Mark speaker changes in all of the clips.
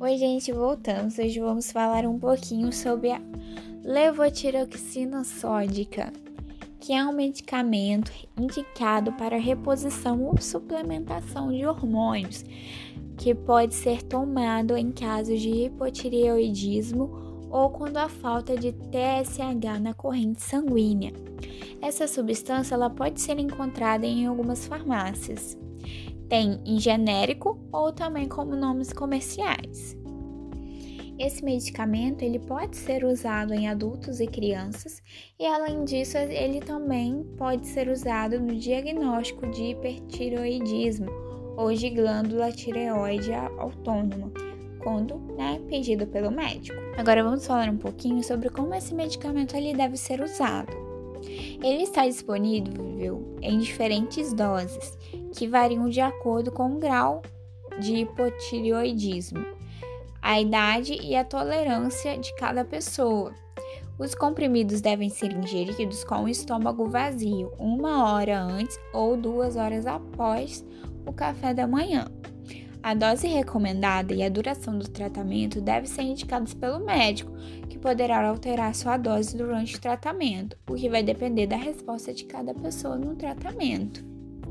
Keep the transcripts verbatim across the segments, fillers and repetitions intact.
Speaker 1: Oi, gente, voltamos. Hoje vamos falar um pouquinho sobre a levotiroxina sódica, que é um medicamento indicado para reposição ou suplementação de hormônios, que pode ser tomado em casos de hipotireoidismo ou quando há falta de T S H na corrente sanguínea. Essa substância ela pode ser encontrada em algumas farmácias. Tem em genérico ou também como nomes comerciais. Esse medicamento ele pode ser usado em adultos e crianças e, além disso, ele também pode ser usado no diagnóstico de hipertireoidismo ou de glândula tireoide autônoma, quando né, pedido pelo médico. Agora vamos falar um pouquinho sobre como esse medicamento ele deve ser usado. Ele está disponível em diferentes doses, que variam de acordo com o grau de hipotireoidismo, a idade e a tolerância de cada pessoa. Os comprimidos devem ser ingeridos com o estômago vazio, uma hora antes ou duas horas após o café da manhã. A dose recomendada e a duração do tratamento devem ser indicados pelo médico, que poderá alterar sua dose durante o tratamento, o que vai depender da resposta de cada pessoa no tratamento.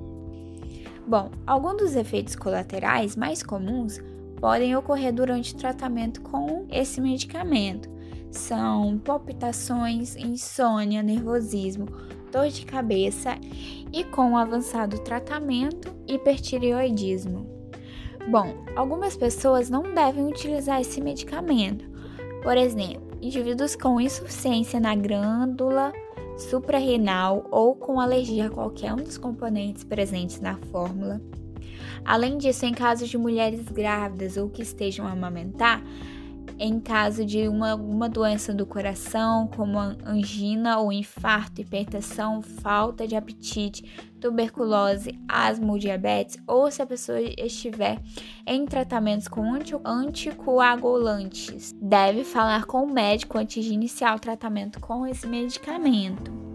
Speaker 1: Bom, alguns dos efeitos colaterais mais comuns podem ocorrer durante o tratamento com esse medicamento. São palpitações, insônia, nervosismo, dor de cabeça e, com o avançado tratamento, hipertireoidismo. Bom, algumas pessoas não devem utilizar esse medicamento. Por exemplo, indivíduos com insuficiência na glândula suprarrenal ou com alergia a qualquer um dos componentes presentes na fórmula. Além disso, em caso de mulheres grávidas ou que estejam a amamentar, em caso de uma, uma doença do coração, como angina ou infarto, hipertensão, falta de apetite, tuberculose, asma ou diabetes, ou se a pessoa estiver em tratamentos com anti- anticoagulantes, deve falar com o médico antes de iniciar o tratamento com esse medicamento.